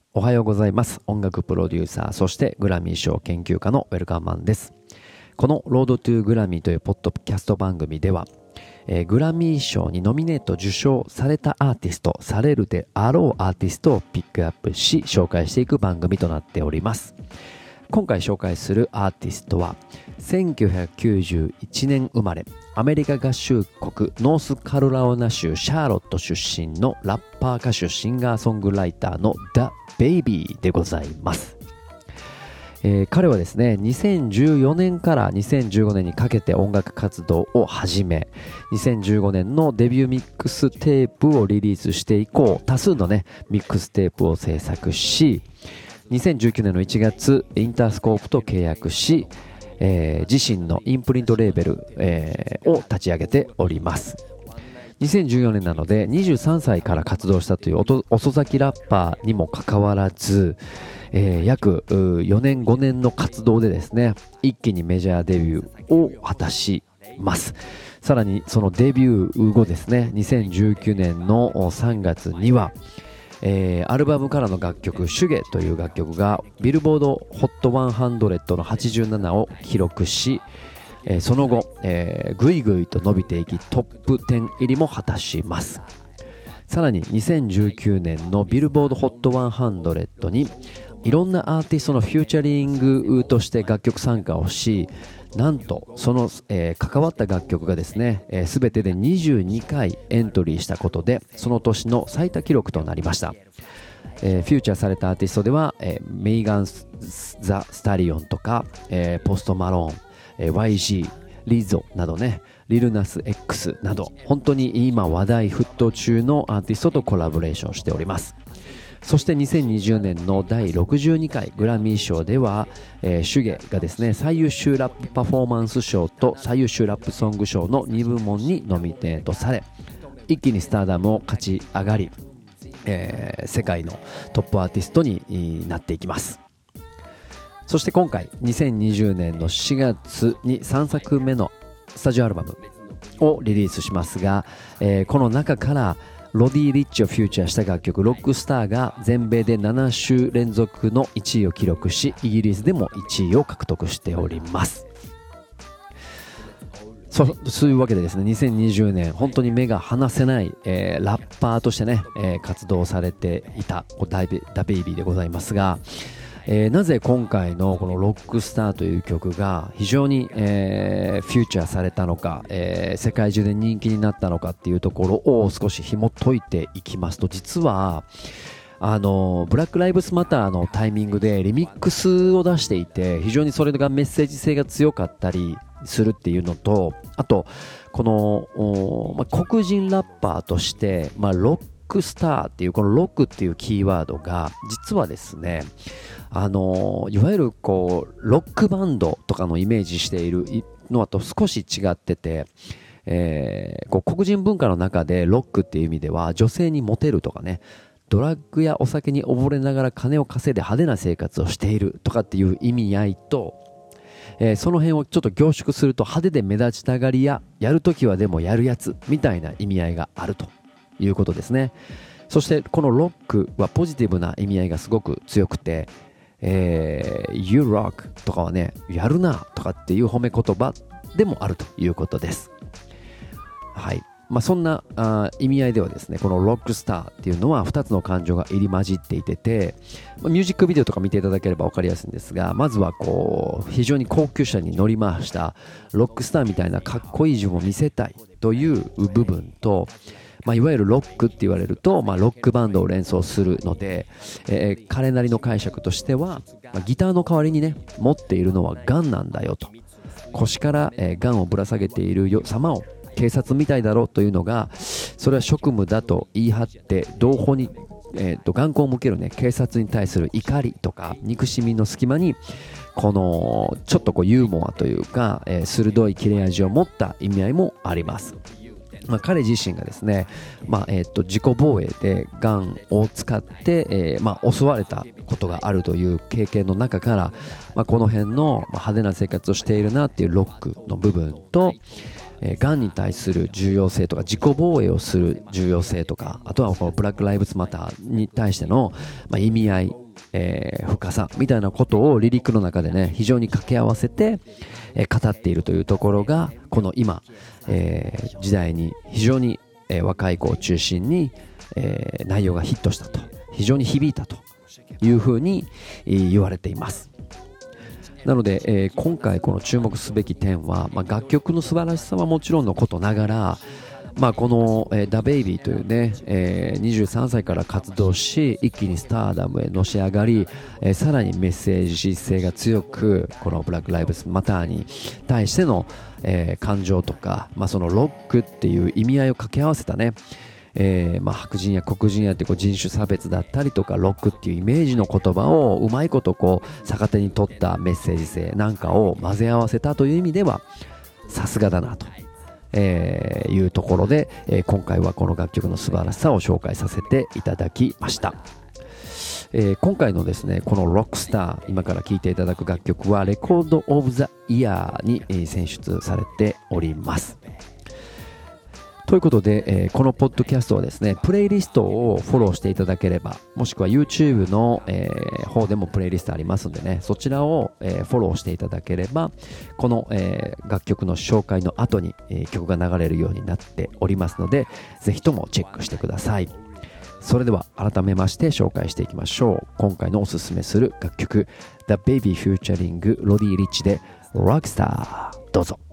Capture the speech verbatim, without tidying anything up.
おはようございます。音楽プロデューサー、そしてグラミー賞研究家のウェルカムマンです。このロードトゥーグラミーというポッドキャスト番組では、えー、グラミー賞にノミネート受賞されたアーティスト、されるであろうアーティストをピックアップし紹介していく番組となっております。今回紹介するアーティストはせんきゅうひゃくきゅうじゅういちねん生まれ、アメリカ合衆国ノースカロライナ州シャーロット出身のラッパー歌手シンガーソングライターの ダ・ベイビーでございます。えー、彼はですねにせんじゅうよねんからにせんじゅうごねんにかけて音楽活動を始め、にせんじゅうごねんのデビューミックステープをリリースして以降、多数のねミックステープを制作し、にせんじゅうきゅうねんのいちがつインタースコープと契約し、えー、自身のインプリントレーベル、えー、を立ち上げております。にせんじゅうよねんなのでにじゅうさんさいから活動したという遅咲きラッパーにもかかわらず、えー、約よねんごねんの活動でですね一気にメジャーデビューを果たします。さらにそのデビュー後ですねにせんじゅうきゅうねんのさんがつにはえー、アルバムからの楽曲シュゲという楽曲がビルボード ホットひゃくのはちじゅうななを記録し、えー、その後、えー、ぐいぐいと伸びていきトップじゅう入りも果たします。さらににせんじゅうきゅうねんのビルボード ホットひゃくにいろんなアーティストのフューチャリングとして楽曲参加をし、なんとその、えー、関わった楽曲がですね、えー、全てでにじゅうにかいエントリーしたことでその年の最多記録となりました。えー、フューチャーされたアーティストでは、えー、メイガン・ザ・スタリオンとか、えー、ポスト・マローン、えー、ワイジー、リゾなどね、リルナス X など本当に今話題沸騰中のアーティストとコラボレーションしております。そしてにせんにじゅうねんのだいろくじゅうにかいグラミー賞では、えー、シュゲがですね最優秀ラップパフォーマンス賞と最優秀ラップソング賞のにぶもんにノミネートされ、一気にスターダムを勝ち上がり、えー、世界のトップアーティストになっていきます。そして今回にせんにじゅうねんのしがつにさんさくめのスタジオアルバムをリリースしますが、えー、この中からロディ・リッチをフューチャーした楽曲ロックスターが全米でななしゅう連続のいちいを記録し、イギリスでもいちいを獲得しております。そそういうわけでですねにせんにじゅうねん本当に目が離せない、えー、ラッパーとしてね、えー、活動されていたダ・ベイビーでございますが、えー、なぜ今回のこのロックスターという曲が非常に、えー、フューチャーされたのか、えー、世界中で人気になったのかっていうところを少し紐解いていきますと、実はあのブラックライブスマターのタイミングでリミックスを出していて、非常にそれがメッセージ性が強かったりするっていうのと、あとこの、まあ、黒人ラッパーとして、まあ、ロックスターっていうこのロックっていうキーワードが実はですね、あのいわゆるこうロックバンドとかのイメージしているのと少し違ってて、えー、こう黒人文化の中でロックっていう意味では女性にモテるとかね、ドラッグやお酒に溺れながら金を稼いで派手な生活をしているとかっていう意味合いと、えー、その辺をちょっと凝縮すると派手で目立ちたがりややるときはでもやるやつみたいな意味合いがあるということですね。そしてこのロックはポジティブな意味合いがすごく強くて、えー、You rock とかはね、やるなとかっていう褒め言葉でもあるということです。はい。まあ、そんなあ意味合いではですね、このロックスターっていうのはふたつの感情が入り混じっていてて、まあ、ミュージックビデオとか見ていただければ分かりやすいんですが、まずはこう非常に高級車に乗り回したロックスターみたいなかっこいい自分を見せたいという部分と、まあ、いわゆるロックって言われると、まあ、ロックバンドを連想するので、えー、彼なりの解釈としては、まあ、ギターの代わりにね持っているのはガンなんだよと、腰から、えー、ガンをぶら下げている様を警察みたいだろうというのが、それは職務だと言い張って同胞に、えー、と眼光を向けるね警察に対する怒りとか憎しみの隙間にこのちょっとこうユーモアというか、えー、鋭い切れ味を持った意味合いもあります。まあ、彼自身がですね、まあえー、と自己防衛でガンを使って、えーまあ、襲われたことがあるという経験の中から、まあ、この辺の派手な生活をしているなっていうロックの部分と、えー、がんに対する重要性とか自己防衛をする重要性とか、あとはこのブラックライブズマターに対しての、まあ、意味合いえー、深さみたいなことをリリックの中でね非常に掛け合わせて、えー、語っているというところがこの今、えー、時代に非常に、えー、若い子を中心に、えー、内容がヒットしたと、非常に響いたというふうに、えー、言われています。なので、えー、今回この注目すべき点は、まあ、楽曲の素晴らしさはもちろんのことながら、まあ、この、えー、DaBaby というね、えー、にじゅうさんさいから活動し一気にスターダムへのし上がり、えー、さらにメッセージ性が強くこのブラックライブズマターに対しての、えー、感情とか、まあ、そのロックっていう意味合いを掛け合わせたね、えーまあ、白人や黒人やってこう人種差別だったりとかロックっていうイメージの言葉をうまいことこう逆手に取ったメッセージ性なんかを混ぜ合わせたという意味ではさすがだなと、えー、いうところで、えー、今回はこの楽曲の素晴らしさを紹介させていただきました。えー、今回のですねこのロックスター今から聴いていただく楽曲はレコードオブザイヤーに、えー、選出されております。ということで、えー、このポッドキャストはですねプレイリストをフォローしていただければ、もしくは YouTube の、えー、方でもプレイリストありますんでね、そちらを、えー、フォローしていただければこの、えー、楽曲の紹介の後に、えー、曲が流れるようになっておりますので、ぜひともチェックしてください。それでは改めまして紹介していきましょう。今回のおすすめする楽曲 DaBaby Featuring ロディ・リッチで Rockstar、どうぞ。